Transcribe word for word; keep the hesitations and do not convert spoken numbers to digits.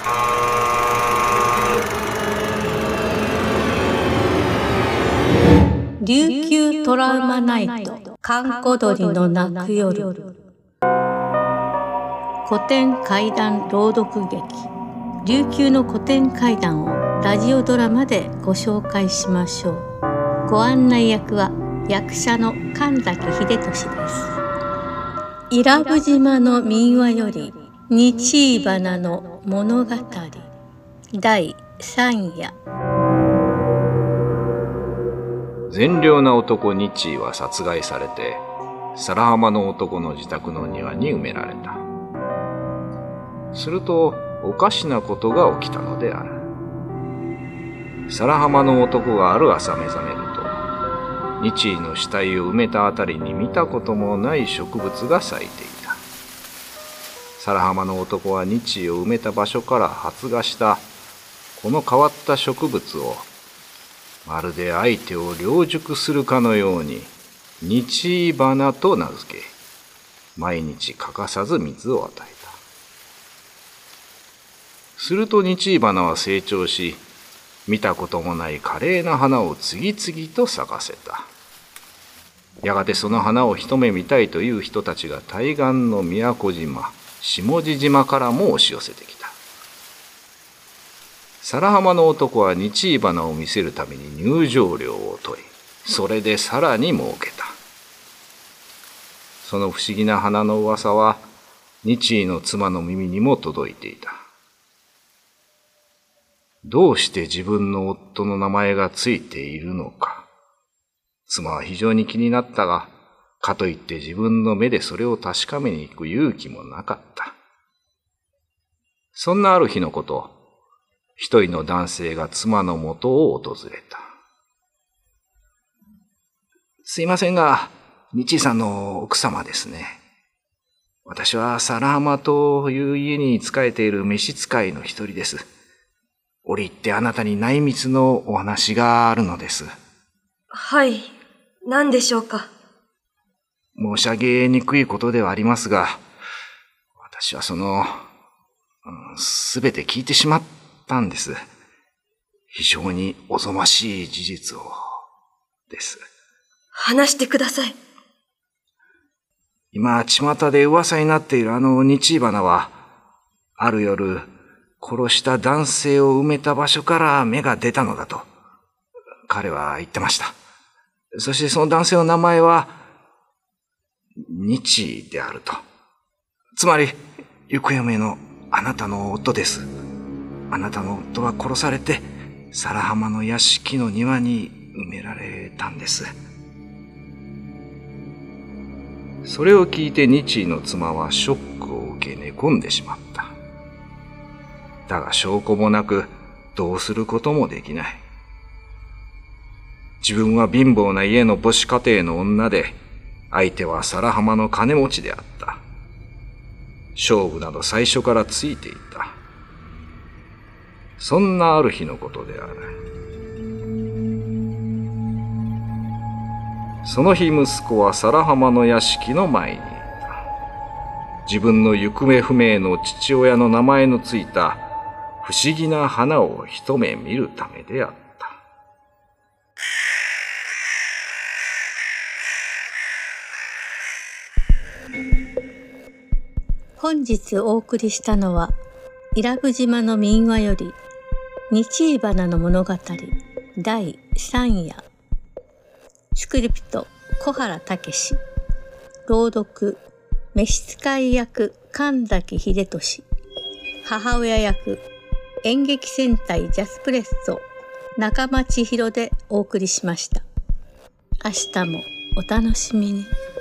琉球トラウマナイト、閑古鳥の鳴く夜。古典怪談朗読劇、琉球の古典怪談をラジオドラマでご紹介しましょう。ご案内役は役者の神崎秀俊です。伊良部島の民話より日い花の物語だいさん夜。 善良な男日医は殺害されて、皿浜の男の自宅の庭に埋められた。するとおかしなことが起きたのである。皿浜の男がある朝目覚めると、日医の死体を埋めたあたりに見たこともない植物が咲いていた。皿浜の男は日医を埋めた場所から発芽したこの変わった植物を、まるで相手を凌辱するかのように日い花と名付け、毎日欠かさず水を与えた。すると日い花は成長し、見たこともない華麗な花を次々と咲かせた。やがてその花を一目見たいという人たちが対岸の宮古島、下地島からも押し寄せてきた。皿浜の男は日い花を見せるために入場料を取り、それでさらに儲けた。その不思議な花の噂は日いの妻の耳にも届いていた。どうして自分の夫の名前がついているのか。妻は非常に気になったが、かといって自分の目でそれを確かめに行く勇気もなかった。そんなある日のこと、一人の男性が妻のもとを訪れた。すいませんが、日いさんの奥様ですね。私は皿浜という家に仕えている召使いの一人です。折り入ってあなたに内密のお話があるのです。 はい、何でしょうか。 申し上げにくいことではありますが、私はその、すべて聞いてしまったんです。非常におぞましい事実をです。 話してください。 今、巷で噂になっているあの日い花は、ある夜、殺した男性を埋めた場所から芽が出たのだと、彼は言ってました。そしてその男性の名前は、日いであると。つまり、行方不明のあなたの夫です。あなたの夫は殺されて、皿浜の屋敷の庭に埋められたんです。それを聞いて日いの妻はショックを受け寝込んでしまった。だが証拠もなくどうすることもできない。自分は貧乏な家の母子家庭の女で、相手は皿浜の金持ちであった。勝負など最初からついていた。そんなある日のことである。その日息子は皿浜の屋敷の前にいた。自分の行方不明の父親の名前のついた不思議な花を一目見るためであった。 本日お送りしたのは、伊良部島の民話より日い花の物語だいさん夜。スクリプト小原武史、朗読召使い役神崎秀俊、母親役演劇戦隊ジャスプレッソ中間千尋でお送りしました。明日もお楽しみに。